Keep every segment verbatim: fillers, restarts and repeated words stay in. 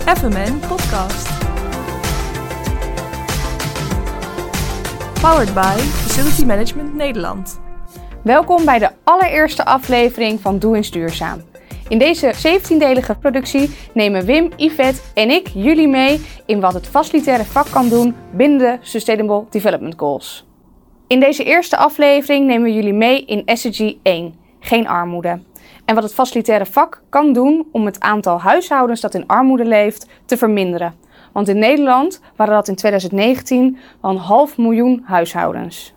F M N Podcast. Powered by Facility Management Nederland. Welkom bij de allereerste aflevering van Doe eens Duurzaam. In deze zeventiendelige productie nemen Wim, Yvette en ik jullie mee in wat het facilitaire vak kan doen binnen de Sustainable Development Goals. In deze eerste aflevering nemen we jullie mee in S D G één, geen armoede. En wat het facilitaire vak kan doen om het aantal huishoudens dat in armoede leeft te verminderen. Want in Nederland waren dat in twintig negentien wel een half miljoen huishoudens.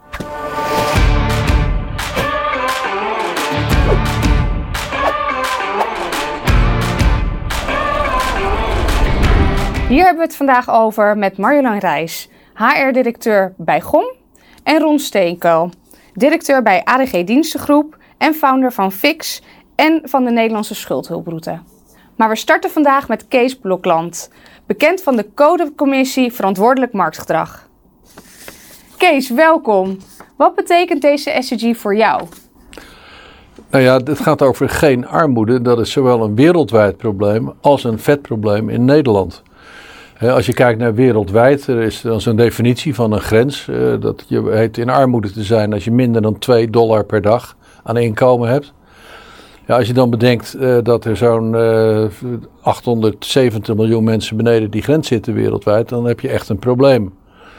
Hier hebben we het vandaag over met Marjolein Rijs, H R-directeur bij G O M, en Ron Steenkool, directeur bij A D G Dienstengroep en founder van Fix en van de Nederlandse Schuldhulproute. Maar we starten vandaag met Kees Blokland, bekend van de Codecommissie Verantwoordelijk Marktgedrag. Kees, welkom. Wat betekent deze S D G voor jou? Nou ja, het gaat over geen armoede. Dat is zowel een wereldwijd probleem als een vetprobleem in Nederland. Als je kijkt naar wereldwijd, er is dan zo'n definitie van een grens. Dat je heet in armoede te zijn als je minder dan twee dollar per dag aan inkomen hebt. Ja, als je dan bedenkt uh, dat er zo'n uh, achthonderdzeventig miljoen mensen beneden die grens zitten wereldwijd, dan heb je echt een probleem.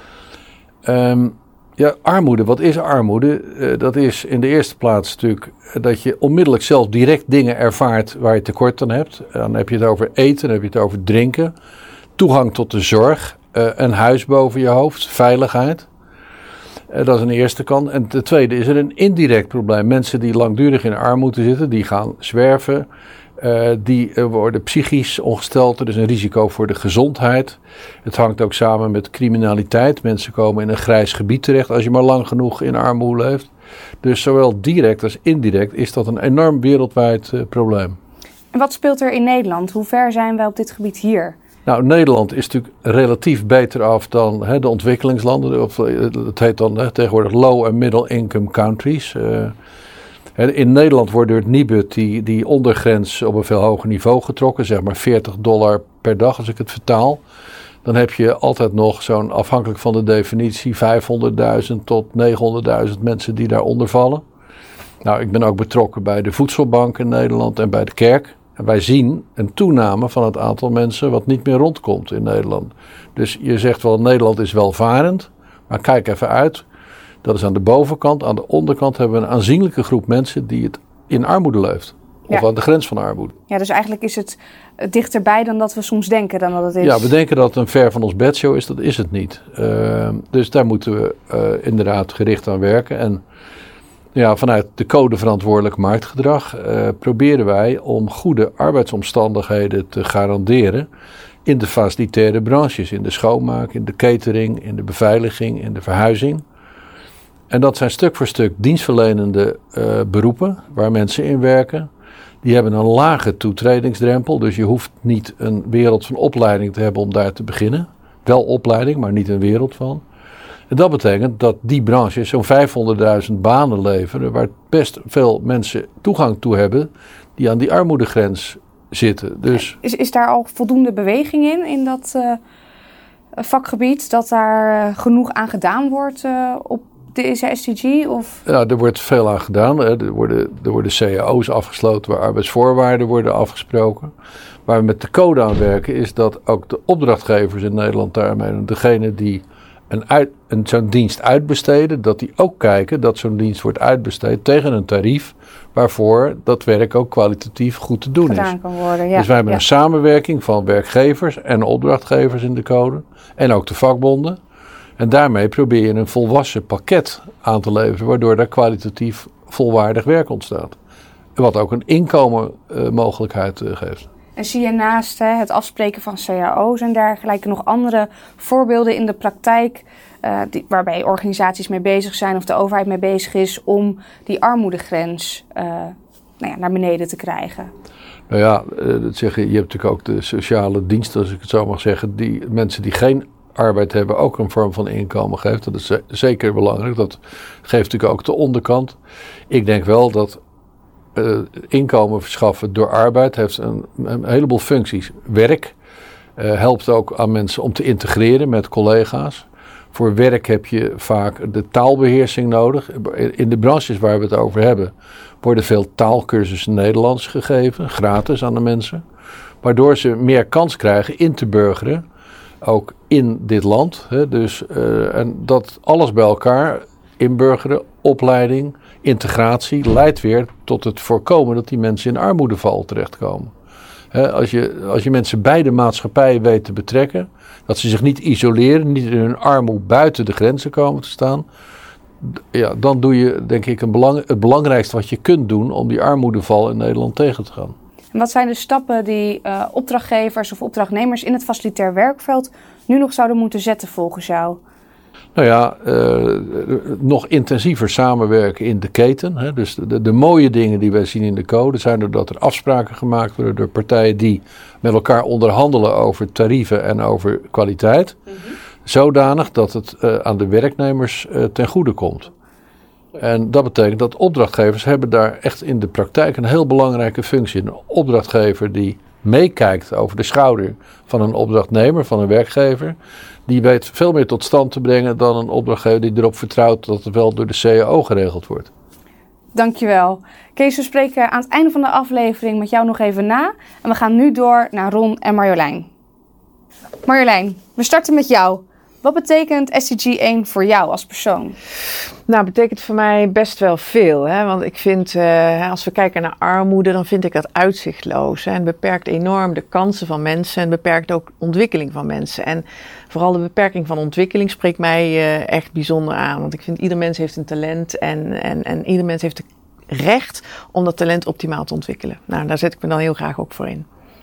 Um, ja, armoede, wat is armoede? Uh, dat is in de eerste plaats natuurlijk dat je onmiddellijk zelf direct dingen ervaart waar je tekort aan hebt. Dan heb je het over eten, dan heb je het over drinken, toegang tot de zorg, uh, een huis boven je hoofd, veiligheid. Uh, dat is een eerste kant. En ten tweede is er een indirect probleem. Mensen die langdurig in armoede zitten, die gaan zwerven. Uh, die uh, worden psychisch ongesteld. Er is een risico voor de gezondheid. Het hangt ook samen met criminaliteit. Mensen komen in een grijs gebied terecht als je maar lang genoeg in armoede leeft. Dus zowel direct als indirect is dat een enorm wereldwijd uh, probleem. En wat speelt er in Nederland? Hoe ver zijn wij op dit gebied hier? Nou, Nederland is natuurlijk relatief beter af dan hè, de ontwikkelingslanden. Of, het heet dan hè, tegenwoordig low- en middle-income countries. Uh, in Nederland wordt door het Nibud die, die ondergrens op een veel hoger niveau getrokken. Zeg maar veertig dollar per dag als ik het vertaal. Dan heb je altijd nog zo'n, afhankelijk van de definitie, vijfhonderdduizend tot negenhonderdduizend mensen die daaronder vallen. Nou, ik ben ook betrokken bij de Voedselbank in Nederland en bij de kerk. En wij zien een toename van het aantal mensen wat niet meer rondkomt in Nederland. Dus je zegt wel, Nederland is welvarend, maar kijk even uit. Dat is aan de bovenkant. Aan de onderkant hebben we een aanzienlijke groep mensen die het in armoede leeft. Of ja. aan de grens van armoede. Ja, dus eigenlijk is het dichterbij dan dat we soms denken dan dat het is. Ja, we denken dat het een ver van ons bedshow is. Dat is het niet. Uh, dus daar moeten we uh, inderdaad gericht aan werken. En ja, vanuit de code verantwoordelijk marktgedrag uh, proberen wij om goede arbeidsomstandigheden te garanderen in de facilitaire branches, in de schoonmaak, in de catering, in de beveiliging, in de verhuizing. En dat zijn stuk voor stuk dienstverlenende uh, beroepen waar mensen in werken. Die hebben een lage toetredingsdrempel, dus je hoeft niet een wereld van opleiding te hebben om daar te beginnen. Wel opleiding, maar niet een wereld van. En dat betekent dat die branches zo'n vijfhonderdduizend banen leveren, waar best veel mensen toegang toe hebben die aan die armoedegrens zitten. Dus is, is daar al voldoende beweging in, in dat uh, vakgebied, dat daar uh, genoeg aan gedaan wordt uh, op deze S D G? Of? Ja, er wordt veel aan gedaan. Hè. Er worden, er worden C A O's afgesloten waar arbeidsvoorwaarden worden afgesproken. Waar we met de code aan werken is dat ook de opdrachtgevers in Nederland daarmee, degene die een uit, een, zo'n dienst uitbesteden, dat die ook kijken dat zo'n dienst wordt uitbesteed tegen een tarief waarvoor dat werk ook kwalitatief goed te doen gedaan is. Kan worden, ja. Dus wij hebben ja. een samenwerking van werkgevers en opdrachtgevers in de code en ook de vakbonden. En daarmee probeer je een volwassen pakket aan te leveren, waardoor daar kwalitatief volwaardig werk ontstaat. En wat ook een inkomenmogelijkheid uh, geeft. En zie je naast hè, het afspreken van C A O's en dergelijke nog andere voorbeelden in de praktijk uh, die, waarbij organisaties mee bezig zijn of de overheid mee bezig is om die armoedegrens uh, nou ja, naar beneden te krijgen? Nou ja, uh, dat zeg je, je hebt natuurlijk ook de sociale diensten, als ik het zo mag zeggen, die mensen die geen arbeid hebben ook een vorm van inkomen geeft. Dat is zeker belangrijk. Dat geeft natuurlijk ook de onderkant. Ik denk wel dat uh, inkomen verschaffen door arbeid heeft een, een heleboel functies. Werk, Uh, helpt ook aan mensen om te integreren met collega's. Voor werk heb je vaak de taalbeheersing nodig. In de branches waar we het over hebben worden veel taalkursussen Nederlands gegeven, gratis aan de mensen. Waardoor ze meer kans krijgen in te burgeren, ook in dit land. Hè. Dus, uh, en dat alles bij elkaar, inburgeren, opleiding, integratie, leidt weer tot het voorkomen dat die mensen in armoedeval terechtkomen. Hè, als je, als je mensen bij de maatschappij weet te betrekken, dat ze zich niet isoleren, niet in hun armoede buiten de grenzen komen te staan, ja, dan doe je denk ik een belang, het belangrijkste wat je kunt doen om die armoedeval in Nederland tegen te gaan. En wat zijn de stappen die uh, opdrachtgevers of opdrachtnemers in het facilitair werkveld nu nog zouden moeten zetten volgens jou? Nou ja, uh, nog intensiever samenwerken in de keten. Hè. Dus de, de mooie dingen die wij zien in de code zijn er dat er afspraken gemaakt worden door partijen die met elkaar onderhandelen over tarieven en over kwaliteit. Mm-hmm. Zodanig dat het uh, aan de werknemers uh, ten goede komt. En dat betekent dat opdrachtgevers hebben daar echt in de praktijk een heel belangrijke functie. Een opdrachtgever die meekijkt over de schouder van een opdrachtnemer, van een werkgever, die weet veel meer tot stand te brengen dan een opdrachtgever die erop vertrouwt dat het wel door de C A O geregeld wordt. Dankjewel. Kees, we spreken aan het einde van de aflevering met jou nog even na. En we gaan nu door naar Ron en Marjolein. Marjolein, we starten met jou. Wat betekent S D G één voor jou als persoon? Nou, betekent voor mij best wel veel. Hè? Want ik vind, uh, als we kijken naar armoede, dan vind ik dat uitzichtloos. Hè? En beperkt enorm de kansen van mensen en beperkt ook de ontwikkeling van mensen. En vooral de beperking van ontwikkeling spreekt mij uh, echt bijzonder aan. Want ik vind, ieder mens heeft een talent en, en, en ieder mens heeft het recht om dat talent optimaal te ontwikkelen. Nou, daar zet ik me dan heel graag ook voor in.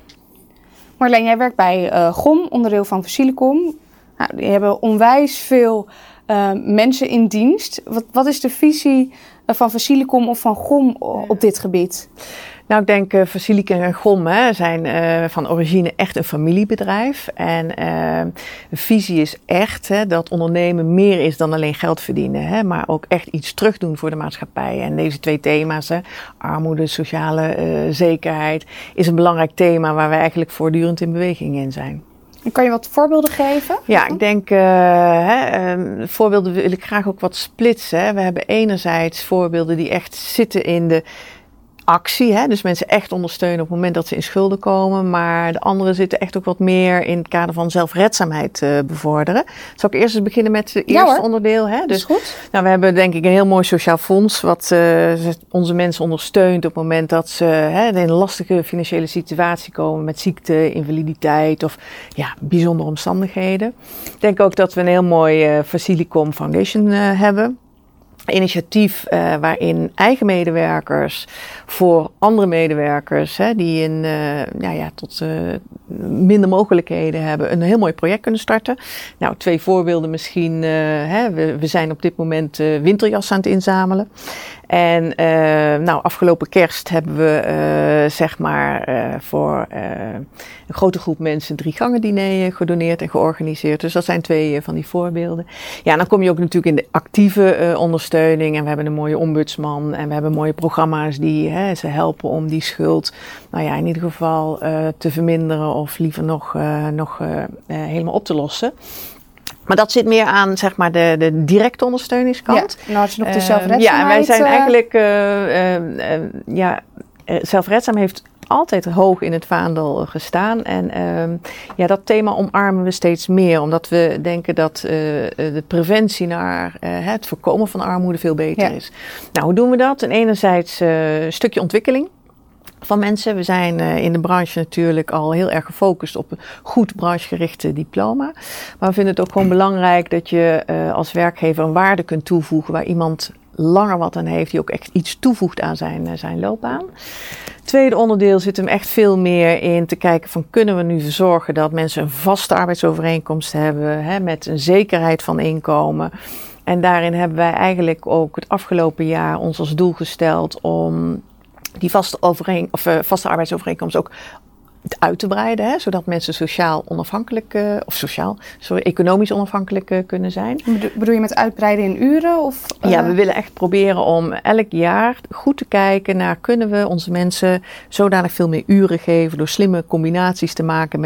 Marjolein, jij werkt bij uh, G O M, onderdeel van Facilicom. Nou, die hebben onwijs veel uh, mensen in dienst. Wat, wat is de visie uh, van Facilicom of van G O M op dit gebied? Nou, ik denk uh, Facilicom en G O M hè, zijn uh, van origine echt een familiebedrijf. En uh, de visie is echt hè, dat ondernemen meer is dan alleen geld verdienen. Hè, maar ook echt iets terugdoen voor de maatschappij. En deze twee thema's, hè, armoede, sociale uh, zekerheid, is een belangrijk thema waar wij eigenlijk voortdurend in beweging in zijn. En kan je wat voorbeelden geven? Ja, ik denk, uh, hè, um, voorbeelden wil ik graag ook wat splitsen. Hè. We hebben enerzijds voorbeelden die echt zitten in de actie. Hè. Dus mensen echt ondersteunen op het moment dat ze in schulden komen. Maar de andere zitten echt ook wat meer in het kader van zelfredzaamheid uh, bevorderen. Zal ik eerst eens beginnen met het eerste ja, onderdeel? Hè. Dus, is goed. Nou, we hebben denk ik een heel mooi sociaal fonds wat uh, onze mensen ondersteunt op het moment dat ze hè, in een lastige financiële situatie komen met ziekte, invaliditeit of ja, bijzondere omstandigheden. Ik denk ook dat we een heel mooi uh, Facilicom Foundation uh, hebben. Initiatief uh, waarin eigen medewerkers voor andere medewerkers hè, die in, uh, ja, ja, tot uh, minder mogelijkheden hebben een heel mooi project kunnen starten. Nou, twee voorbeelden misschien. Uh, hè, we, we zijn op dit moment uh, winterjas aan het inzamelen. En uh, nou, afgelopen kerst hebben we uh, zeg maar uh, voor uh, een grote groep mensen een drie gangen diner gedoneerd en georganiseerd. Dus dat zijn twee uh, van die voorbeelden. Ja, en dan kom je ook natuurlijk in de actieve uh, ondersteuning. En we hebben een mooie ombudsman en we hebben mooie programma's die hè, ze helpen om die schuld, nou ja, in ieder geval uh, te verminderen of liever nog, uh, nog uh, uh, helemaal op te lossen. Maar dat zit meer aan zeg maar de, de directe ondersteuningskant. Ja, nou had je nog de uh, zelfredzaamheid. Ja, en wij zijn uh, eigenlijk, uh, uh, uh, ja, uh, zelfredzaam heeft altijd hoog in het vaandel gestaan. En uh, ja, dat thema omarmen we steeds meer. Omdat we denken dat uh, de preventie naar uh, het voorkomen van armoede veel beter ja. is. Nou, hoe doen we dat? En enerzijds uh, een stukje ontwikkeling van mensen. We zijn uh, in de branche natuurlijk al heel erg gefocust op een goed branchegerichte diploma. Maar we vinden het ook gewoon belangrijk dat je uh, als werkgever een waarde kunt toevoegen waar iemand langer wat aan heeft, die ook echt iets toevoegt aan zijn, uh, zijn loopbaan. Tweede onderdeel zit hem echt veel meer in te kijken van kunnen we nu verzorgen dat mensen een vaste arbeidsovereenkomst hebben, hè, met een zekerheid van inkomen. En daarin hebben wij eigenlijk ook het afgelopen jaar ons als doel gesteld om die vaste, overeen, of, uh, vaste arbeidsovereenkomst ook uit te breiden, hè, zodat mensen sociaal onafhankelijk, uh, of sociaal, sorry, economisch onafhankelijk uh, kunnen zijn. Bedoel je met uitbreiden in uren? Of, uh... Ja, we willen echt proberen om elk jaar goed te kijken naar kunnen we onze mensen zodanig veel meer uren geven door slimme combinaties te maken met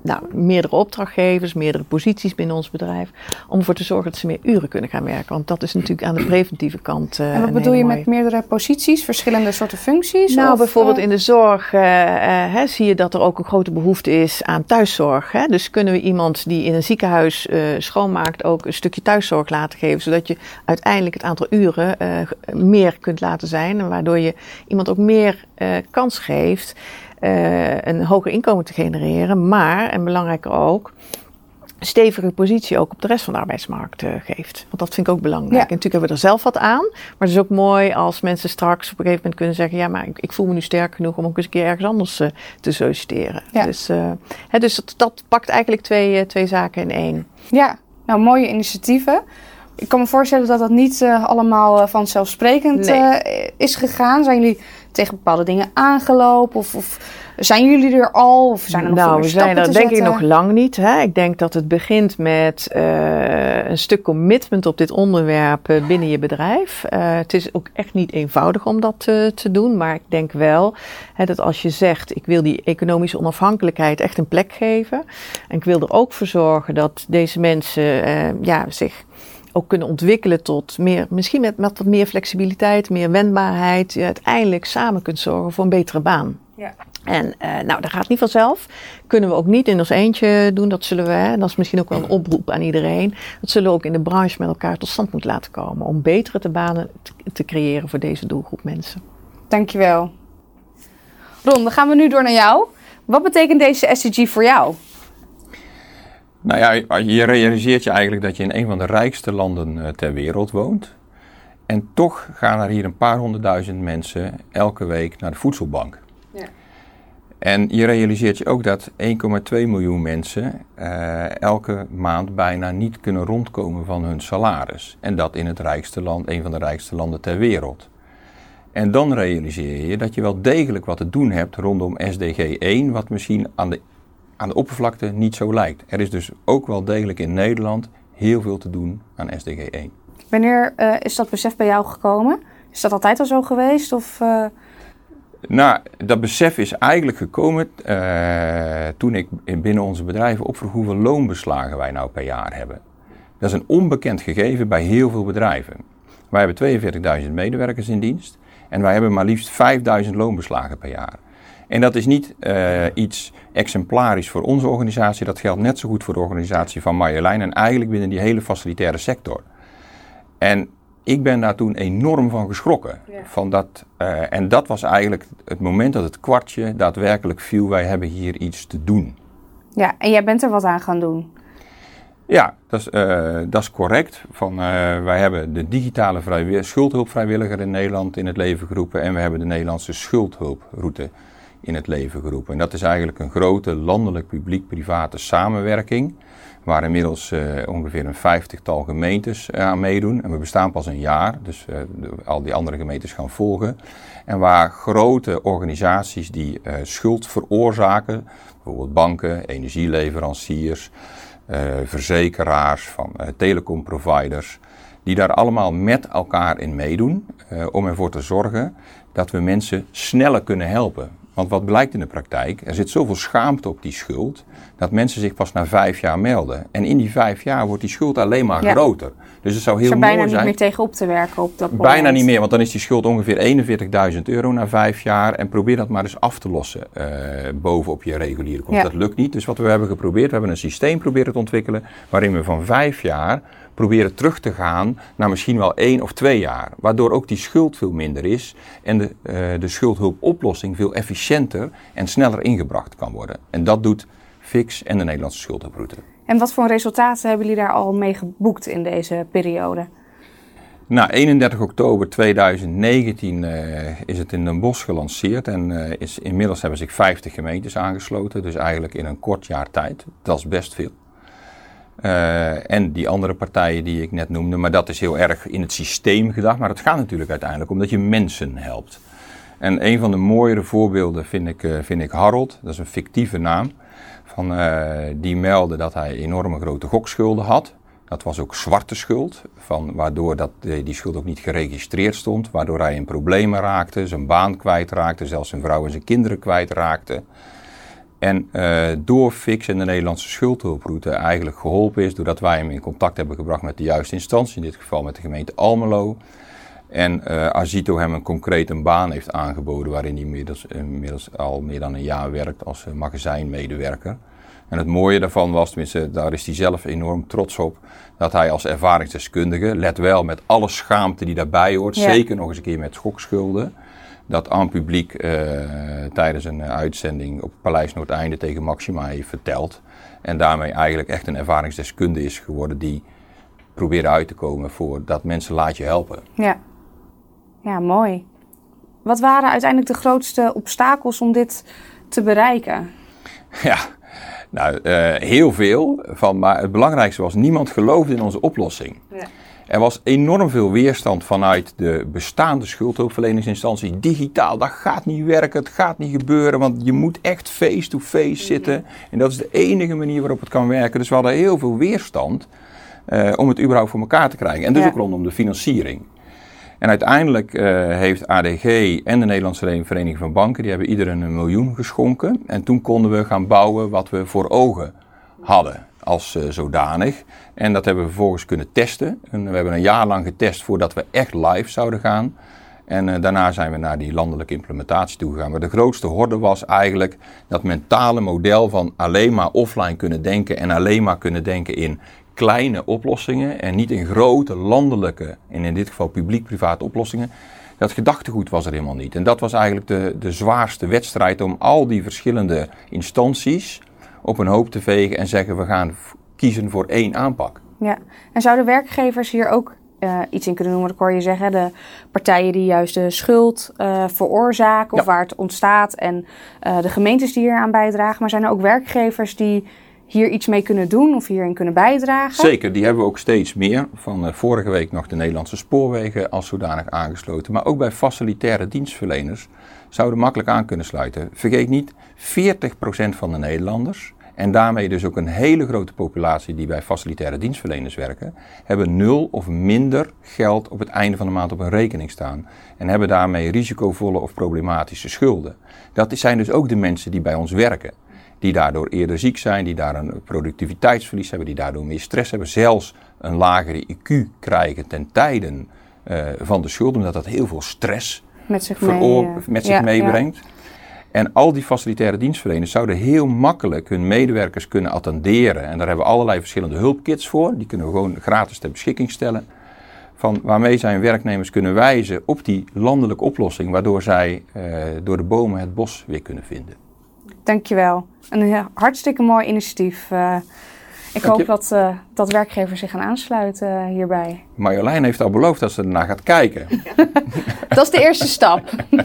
nou, meerdere opdrachtgevers, meerdere posities binnen ons bedrijf. Om ervoor te zorgen dat ze meer uren kunnen gaan werken. Want dat is natuurlijk aan de preventieve kant. Uh, en wat bedoel je mooie... met meerdere posities, verschillende soorten functies? Nou, of, bijvoorbeeld uh... in de zorg uh, uh, hè, zie je dat er ook een grote behoefte is aan thuiszorg. Hè? Dus kunnen we iemand die in een ziekenhuis uh, schoonmaakt ook een stukje thuiszorg laten geven. Zodat je uiteindelijk het aantal uren uh, meer kunt laten zijn. En waardoor je iemand ook meer uh, kans geeft uh, een hoger inkomen te genereren. Maar, en belangrijker ook, een stevige positie ook op de rest van de arbeidsmarkt uh, geeft. Want dat vind ik ook belangrijk. Ja. En natuurlijk hebben we er zelf wat aan. Maar het is ook mooi als mensen straks op een gegeven moment kunnen zeggen, ja, maar ik, ik voel me nu sterk genoeg om ook eens een keer ergens anders uh, te solliciteren. Ja. Dus, uh, hè, dus dat, dat pakt eigenlijk twee, uh, twee zaken in één. Ja, nou mooie initiatieven. Ik kan me voorstellen dat dat niet uh, allemaal uh, vanzelfsprekend nee. uh, is gegaan. Zijn jullie tegen bepaalde dingen aangelopen? Of, of zijn jullie er al? Of zijn er nog nou, veel stappen we zijn er te denk zetten? ik nog lang niet. Hè? Ik denk dat het begint met uh, een stuk commitment op dit onderwerp uh, binnen je bedrijf. Uh, het is ook echt niet eenvoudig om dat uh, te doen. Maar ik denk wel hè, dat als je zegt, ik wil die economische onafhankelijkheid echt een plek geven. En ik wil er ook voor zorgen dat deze mensen uh, ja, zich ook kunnen ontwikkelen tot meer, misschien met, met wat meer flexibiliteit, meer wendbaarheid. Je uiteindelijk samen kunt zorgen voor een betere baan. Ja. En uh, nou, dat gaat niet vanzelf. Kunnen we ook niet in ons eentje doen. Dat zullen we, hè, en dat is misschien ook wel een oproep aan iedereen. Dat zullen we ook in de branche met elkaar tot stand moeten laten komen. Om betere te banen te, te creëren voor deze doelgroep mensen. Dankjewel. Ron, dan gaan we nu door naar jou. Wat betekent deze S D G voor jou? Nou ja, je realiseert je eigenlijk dat je in een van de rijkste landen ter wereld woont. En toch gaan er hier een paar honderdduizend mensen elke week naar de voedselbank. Ja. En je realiseert je ook dat één komma twee miljoen mensen uh, elke maand bijna niet kunnen rondkomen van hun salaris. En dat in het rijkste land, een van de rijkste landen ter wereld. En dan realiseer je dat je wel degelijk wat te doen hebt rondom S D G één, wat misschien aan de aan de oppervlakte niet zo lijkt. Er is dus ook wel degelijk in Nederland heel veel te doen aan S D G één. Wanneer uh, is dat besef bij jou gekomen? Is dat altijd al zo geweest? Of, uh... Nou, dat besef is eigenlijk gekomen uh, toen ik binnen onze bedrijven opvroeg hoeveel loonbeslagen wij nou per jaar hebben. Dat is een onbekend gegeven bij heel veel bedrijven. Wij hebben tweeënveertigduizend medewerkers in dienst en wij hebben maar liefst vijfduizend loonbeslagen per jaar. En dat is niet uh, iets exemplarisch voor onze organisatie. Dat geldt net zo goed voor de organisatie van Marjolein en eigenlijk binnen die hele facilitaire sector. En ik ben daar toen enorm van geschrokken. Ja. Van dat, uh, en dat was eigenlijk het moment dat het kwartje daadwerkelijk viel. Wij hebben hier iets te doen. Ja, en jij bent er wat aan gaan doen. Ja, dat is, uh, dat is correct. Van, uh, wij hebben de digitale vrijwilliger, schuldhulpvrijwilliger in Nederland in het leven geroepen. En we hebben de Nederlandse schuldhulproute in het leven geroepen. En dat is eigenlijk een grote landelijk publiek-private samenwerking, waar inmiddels uh, ongeveer een vijftigtal gemeentes uh, aan meedoen. En we bestaan pas een jaar, dus uh, de, al die andere gemeentes gaan volgen. En waar grote organisaties die uh, schuld veroorzaken, bijvoorbeeld banken, energieleveranciers, uh, verzekeraars, van uh, telecomproviders, die daar allemaal met elkaar in meedoen, uh, om ervoor te zorgen dat we mensen sneller kunnen helpen. Want wat blijkt in de praktijk, er zit zoveel schaamte op die schuld, dat mensen zich pas na vijf jaar melden. En in die vijf jaar wordt die schuld alleen maar ja. groter. Dus het zou heel mooi zijn. Er bijna niet meer tegenop te werken op dat moment. Bijna niet meer, want dan is die schuld ongeveer eenenveertigduizend euro na vijf jaar. En probeer dat maar eens af te lossen uh, bovenop je reguliere kosten. Ja. Dat lukt niet. Dus wat we hebben geprobeerd, we hebben een systeem proberen te ontwikkelen, waarin we van vijf jaar proberen terug te gaan naar misschien wel één of twee jaar. Waardoor ook die schuld veel minder is en de, uh, de schuldhulpoplossing veel efficiënter en sneller ingebracht kan worden. En dat doet Fix en de Nederlandse schuldhulproute. En wat voor resultaten hebben jullie daar al mee geboekt in deze periode? Nou, eenendertig oktober tweeduizend negentien uh, is het in Den Bosch gelanceerd en uh, is, inmiddels hebben zich vijftig gemeentes aangesloten. Dus eigenlijk in een kort jaar tijd. Dat is best veel. Uh, en die andere partijen die ik net noemde, maar dat is heel erg in het systeem gedacht. Maar het gaat natuurlijk uiteindelijk om dat je mensen helpt. En een van de mooiere voorbeelden vind ik, uh, vind ik Harold, dat is een fictieve naam. Van, uh, die meldde dat hij enorme grote gokschulden had. Dat was ook zwarte schuld, van, waardoor dat, die schuld ook niet geregistreerd stond. Waardoor hij in problemen raakte, zijn baan kwijtraakte, zelfs zijn vrouw en zijn kinderen kwijtraakte. En uh, door Fix en de Nederlandse schuldhulproute eigenlijk geholpen is, doordat wij hem in contact hebben gebracht met de juiste instantie, in dit geval met de gemeente Almelo. En uh, Azito hem een concreet een baan heeft aangeboden waarin hij inmiddels, inmiddels al meer dan een jaar werkt als uh, magazijnmedewerker. En het mooie daarvan was, tenminste daar is hij zelf enorm trots op, dat hij als ervaringsdeskundige, let wel met alle schaamte die daarbij hoort, ja. zeker nog eens een keer met schokschulden, dat aan publiek uh, tijdens een uh, uitzending op Paleis Noordeinde tegen Maxima heeft verteld. En daarmee eigenlijk echt een ervaringsdeskundige is geworden die probeerde uit te komen voor dat mensen laat je helpen. Ja. Ja, mooi. Wat waren uiteindelijk de grootste obstakels om dit te bereiken? Ja, nou uh, heel veel. Van, maar het belangrijkste was, niemand geloofde in onze oplossing. Ja. Er was enorm veel weerstand vanuit de bestaande schuldhulpverleningsinstantie. Digitaal, dat gaat niet werken, het gaat niet gebeuren, want je moet echt face-to-face zitten. En dat is de enige manier waarop het kan werken. Dus we hadden heel veel weerstand uh, om het überhaupt voor elkaar te krijgen. En dus ja. ook rondom de financiering. En uiteindelijk uh, heeft A D G en de Nederlandse Vereniging van Banken, die hebben ieder een miljoen geschonken. En toen konden we gaan bouwen wat we voor ogen hadden als uh, zodanig. En dat hebben we vervolgens kunnen testen. En we hebben een jaar lang getest voordat we echt live zouden gaan. En uh, daarna zijn we naar die landelijke implementatie toegegaan. Maar de grootste horde was eigenlijk dat mentale model van alleen maar offline kunnen denken en alleen maar kunnen denken in kleine oplossingen en niet in grote landelijke, en in dit geval publiek-private oplossingen. Dat gedachtegoed was er helemaal niet. En dat was eigenlijk de, de zwaarste wedstrijd om al die verschillende instanties op een hoop te vegen en zeggen we gaan kiezen voor één aanpak. Ja, en zouden werkgevers hier ook uh, iets in kunnen noemen? Ik hoor je zeggen, de partijen die juist de schuld uh, veroorzaken of ja. waar het ontstaat en uh, de gemeentes die hier aan bijdragen. Maar zijn er ook werkgevers die hier iets mee kunnen doen of hierin kunnen bijdragen? Zeker, die hebben we ook steeds meer. Van uh, vorige week nog de Nederlandse Spoorwegen als zodanig aangesloten. Maar ook bij facilitaire dienstverleners zouden makkelijk aan kunnen sluiten. Vergeet niet, veertig procent van de Nederlanders, en daarmee dus ook een hele grote populatie die bij facilitaire dienstverleners werken, hebben nul of minder geld op het einde van de maand op een rekening staan. En hebben daarmee risicovolle of problematische schulden. Dat zijn dus ook de mensen die bij ons werken. Die daardoor eerder ziek zijn, die daar een productiviteitsverlies hebben, die daardoor meer stress hebben. Zelfs een lagere I Q krijgen ten tijde uh, van de schulden, omdat dat heel veel stress met zich, mee, veroor- uh, met zich ja, meebrengt. Ja. En al die facilitaire dienstverleners zouden heel makkelijk hun medewerkers kunnen attenderen. En daar hebben we allerlei verschillende hulpkits voor. Die kunnen we gewoon gratis ter beschikking stellen. Van waarmee zij hun werknemers kunnen wijzen op die landelijke oplossing, waardoor zij uh, door de bomen het bos weer kunnen vinden. Dankjewel. Een hartstikke mooi initiatief. Uh, ik Dank hoop je. dat, uh, dat werkgevers zich gaan aansluiten uh, hierbij. Marjolein heeft al beloofd dat ze ernaar gaat kijken. Dat is de eerste stap.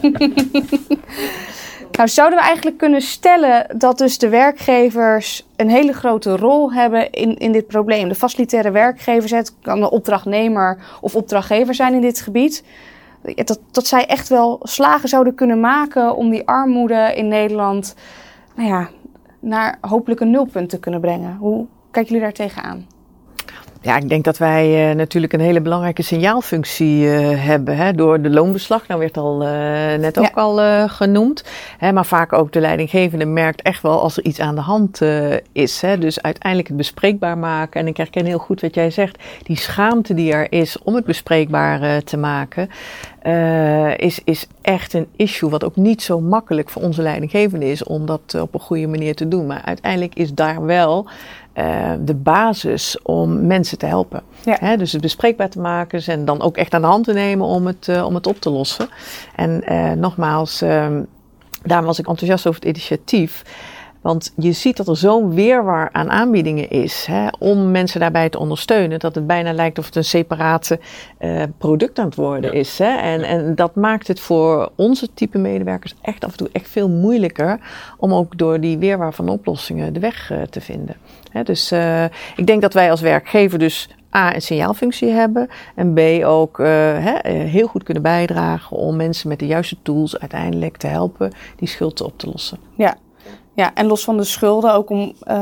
Nou, zouden we eigenlijk kunnen stellen dat dus de werkgevers een hele grote rol hebben in, in dit probleem? De facilitaire werkgevers, het kan de opdrachtnemer of opdrachtgever zijn in dit gebied. Dat, dat zij echt wel slagen zouden kunnen maken om die armoede in Nederland, nou ja, naar hopelijk een nulpunt te kunnen brengen. Hoe kijken jullie daar tegenaan? Ja, ik denk dat wij uh, natuurlijk een hele belangrijke signaalfunctie uh, hebben. Hè, door de loonbeslag, nou werd al uh, net ook ja. al uh, genoemd. Hè, maar vaak ook de leidinggevende merkt echt wel als er iets aan de hand uh, is. Hè, dus uiteindelijk het bespreekbaar maken. En ik herken heel goed wat jij zegt. Die schaamte die er is om het bespreekbaar uh, te maken, uh, is, is echt een issue wat ook niet zo makkelijk voor onze leidinggevende is om dat uh, op een goede manier te doen. Maar uiteindelijk is daar wel Uh, de basis om mensen te helpen. Ja. He, dus het bespreekbaar te maken en dan ook echt aan de hand te nemen om het, uh, om het op te lossen. En uh, nogmaals, uh, daarom was ik enthousiast over het initiatief. Want je ziet dat er zo'n weerwar aan aanbiedingen is, hè, om mensen daarbij te ondersteunen, dat het bijna lijkt of het een separate uh, product aan het worden ja. is. Hè. En, ja. en dat maakt het voor onze type medewerkers echt af en toe echt veel moeilijker om ook door die weerwar van oplossingen de weg uh, te vinden. Hè, dus uh, ik denk dat wij als werkgever dus A, een signaalfunctie hebben en B, ook uh, he, heel goed kunnen bijdragen om mensen met de juiste tools uiteindelijk te helpen die schuld op te lossen. Ja. Ja, en los van de schulden ook om uh,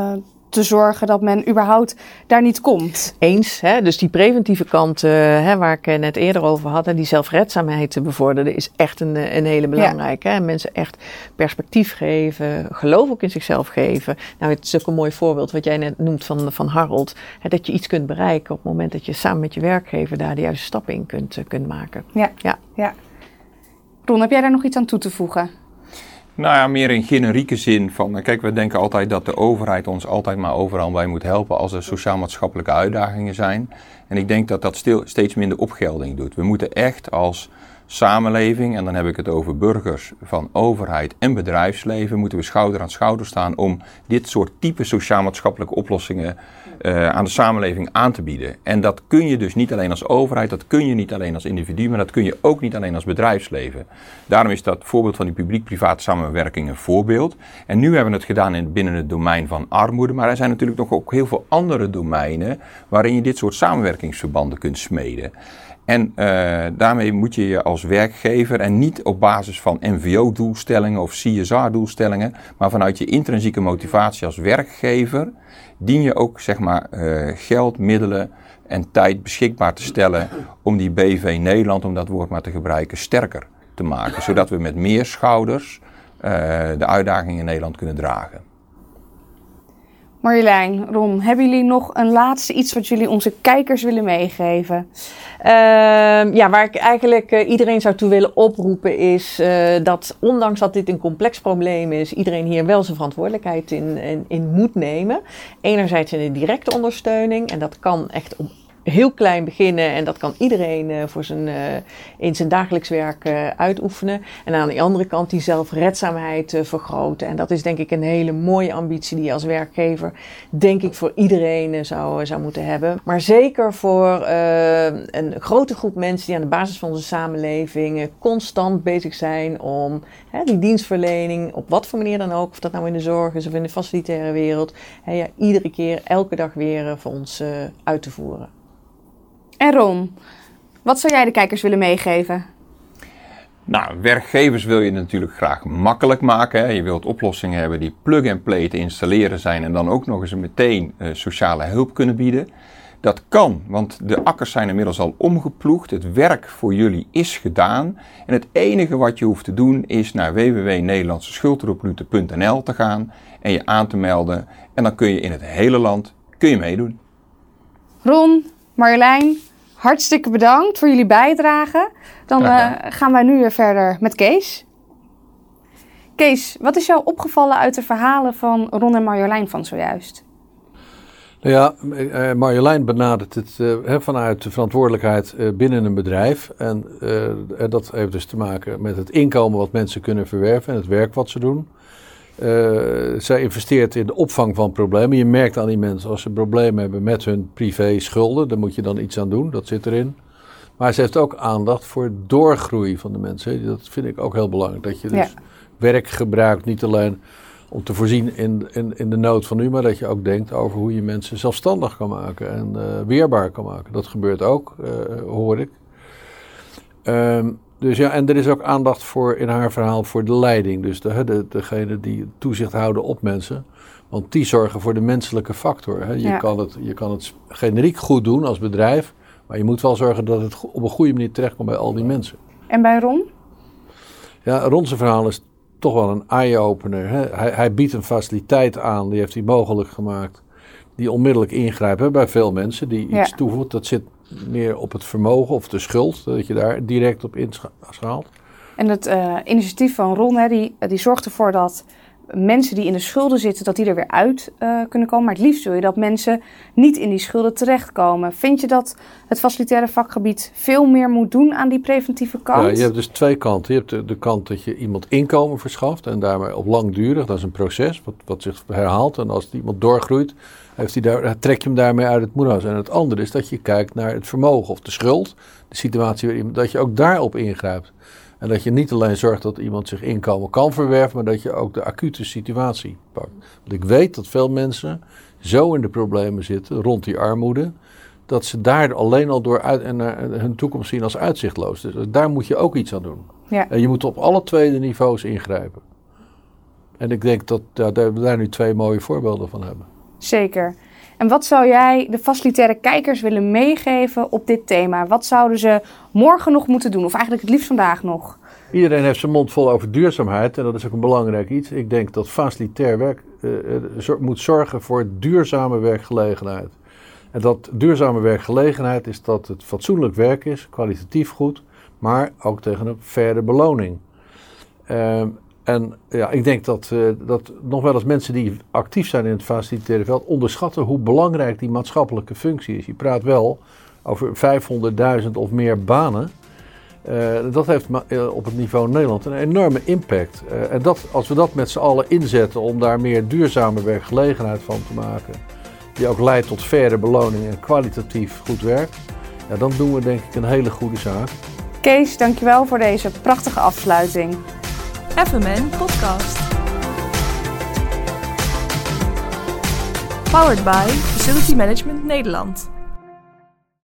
te zorgen dat men überhaupt daar niet komt. Eens, hè? Dus die preventieve kant uh, hè, waar ik net eerder over had, en die zelfredzaamheid te bevorderen, is echt een, een hele belangrijke. Ja. Hè? Mensen echt perspectief geven, geloof ook in zichzelf geven. Nou, het is ook een mooi voorbeeld wat jij net noemt van, van Harold. Hè, dat je iets kunt bereiken op het moment dat je samen met je werkgever daar de juiste stappen in kunt, uh, kunt maken. Ja. Ja. Ja. Ron, heb jij daar nog iets aan toe te voegen? Nou ja, meer in generieke zin van, kijk, we denken altijd dat de overheid ons altijd maar overal bij moet helpen als er sociaal-maatschappelijke uitdagingen zijn. En ik denk dat dat stil, steeds minder opgelding doet. We moeten echt als samenleving, en dan heb ik het over burgers van overheid en bedrijfsleven, moeten we schouder aan schouder staan om dit soort type sociaal-maatschappelijke oplossingen uh, aan de samenleving aan te bieden. En dat kun je dus niet alleen als overheid, dat kun je niet alleen als individu, maar dat kun je ook niet alleen als bedrijfsleven. Daarom is dat voorbeeld van die publiek-private samenwerking een voorbeeld. En nu hebben we het gedaan in, binnen het domein van armoede, maar er zijn natuurlijk nog ook heel veel andere domeinen waarin je dit soort samenwerkingsverbanden kunt smeden. En uh, daarmee moet je je als werkgever, en niet op basis van N V O-doelstellingen of C S R-doelstellingen, maar vanuit je intrinsieke motivatie als werkgever, dien je ook zeg maar uh, geld, middelen en tijd beschikbaar te stellen om die B V Nederland, om dat woord maar te gebruiken, sterker te maken. Zodat we met meer schouders uh, de uitdagingen in Nederland kunnen dragen. Marjolein, Ron, hebben jullie nog een laatste iets wat jullie onze kijkers willen meegeven? Uh, ja, waar ik eigenlijk uh, iedereen zou toe willen oproepen is uh, dat ondanks dat dit een complex probleem is, iedereen hier wel zijn verantwoordelijkheid in, in, in moet nemen. Enerzijds in de directe ondersteuning, en dat kan echt op heel klein beginnen en dat kan iedereen uh, voor zijn, uh, in zijn dagelijks werk uh, uitoefenen. En aan de andere kant die zelfredzaamheid uh, vergroten. En dat is denk ik een hele mooie ambitie die je als werkgever denk ik voor iedereen uh, zou, uh, zou moeten hebben. Maar zeker voor uh, een grote groep mensen die aan de basis van onze samenleving uh, constant bezig zijn om hè, die dienstverlening, op wat voor manier dan ook, of dat nou in de zorg is of in de facilitaire wereld, hè, ja, iedere keer, elke dag weer uh, voor ons uh, uit te voeren. En Ron, wat zou jij de kijkers willen meegeven? Nou, werkgevers wil je natuurlijk graag makkelijk maken. Hè. Je wilt oplossingen hebben die plug-and-play te installeren zijn en dan ook nog eens meteen uh, sociale hulp kunnen bieden. Dat kan, want de akkers zijn inmiddels al omgeploegd. Het werk voor jullie is gedaan. En het enige wat je hoeft te doen is naar w w w punt nederlandse schuldhulproute punt n l te gaan en je aan te melden. En dan kun je in het hele land kun je meedoen. Ron, Marjolein, hartstikke bedankt voor jullie bijdrage. Dan uh, gaan wij nu weer verder met Kees. Kees, wat is jou opgevallen uit de verhalen van Ron en Marjolein van zojuist? Nou ja, uh, Marjolein benadert het uh, he, vanuit de verantwoordelijkheid uh, binnen een bedrijf. En uh, dat heeft dus te maken met het inkomen wat mensen kunnen verwerven en het werk wat ze doen. Uh, zij investeert in de opvang van problemen. Je merkt aan die mensen, als ze problemen hebben met hun privé schulden, dan moet je dan iets aan doen, dat zit erin. Maar ze heeft ook aandacht voor doorgroei van de mensen. Dat vind ik ook heel belangrijk, dat je dus ja. werk gebruikt, niet alleen om te voorzien in, in, in de nood van nu, maar dat je ook denkt over hoe je mensen zelfstandig kan maken en uh, weerbaar kan maken. Dat gebeurt ook, uh, hoor ik. Um, Dus ja, en er is ook aandacht voor in haar verhaal voor de leiding. Dus de, de, degene die toezicht houden op mensen. Want die zorgen voor de menselijke factor. Hè. Je, ja. kan het, je kan het generiek goed doen als bedrijf. Maar je moet wel zorgen dat het op een goede manier terechtkomt bij al die mensen. En bij Ron? Ja, Ron's verhaal is toch wel een eye-opener. Hè. Hij, hij biedt een faciliteit aan, die heeft hij mogelijk gemaakt. Die onmiddellijk ingrijpen bij veel mensen. Die iets ja. toevoegt, dat zit meer op het vermogen of de schuld, dat je daar direct op inschaalt. En het uh, initiatief van Ron, hè, die, die zorgt ervoor dat mensen die in de schulden zitten, dat die er weer uit uh, kunnen komen. Maar het liefst wil je dat mensen niet in die schulden terechtkomen. Vind je dat het facilitaire vakgebied veel meer moet doen aan die preventieve kant? Ja, je hebt dus twee kanten. Je hebt de, de kant dat je iemand inkomen verschaft en daarmee op langdurig, dat is een proces wat, wat zich herhaalt. En als iemand doorgroeit, heeft hij daar, trek je hem daarmee uit het moeras. En het andere is dat je kijkt naar het vermogen of de schuld, de situatie waarin, dat je ook daarop ingrijpt. En dat je niet alleen zorgt dat iemand zich inkomen kan verwerven, maar dat je ook de acute situatie pakt. Want ik weet dat veel mensen zo in de problemen zitten rond die armoede, dat ze daar alleen al door uit en hun toekomst zien als uitzichtloos. Dus daar moet je ook iets aan doen. Ja. En je moet op alle twee de niveaus ingrijpen. En ik denk dat ja, we daar nu twee mooie voorbeelden van hebben. Zeker. En wat zou jij de facilitaire kijkers willen meegeven op dit thema? Wat zouden ze morgen nog moeten doen? Of eigenlijk het liefst vandaag nog? Iedereen heeft zijn mond vol over duurzaamheid en dat is ook een belangrijk iets. Ik denk dat facilitair werk uh, moet zorgen voor duurzame werkgelegenheid. En dat duurzame werkgelegenheid is dat het fatsoenlijk werk is, kwalitatief goed, maar ook tegen een faire beloning. Uh, en ja, ik denk dat, uh, dat nog wel eens mensen die actief zijn in het facilitaire veld onderschatten hoe belangrijk die maatschappelijke functie is. Je praat wel over vijfhonderdduizend of meer banen. Uh, dat heeft uh, op het niveau Nederland een enorme impact. Uh, en dat, als we dat met z'n allen inzetten om daar meer duurzame werkgelegenheid van te maken, die ook leidt tot faire beloning en kwalitatief goed werk, ja, dan doen we denk ik een hele goede zaak. Kees, dankjewel voor deze prachtige afsluiting. F M N Podcast. Powered by Facility Management Nederland.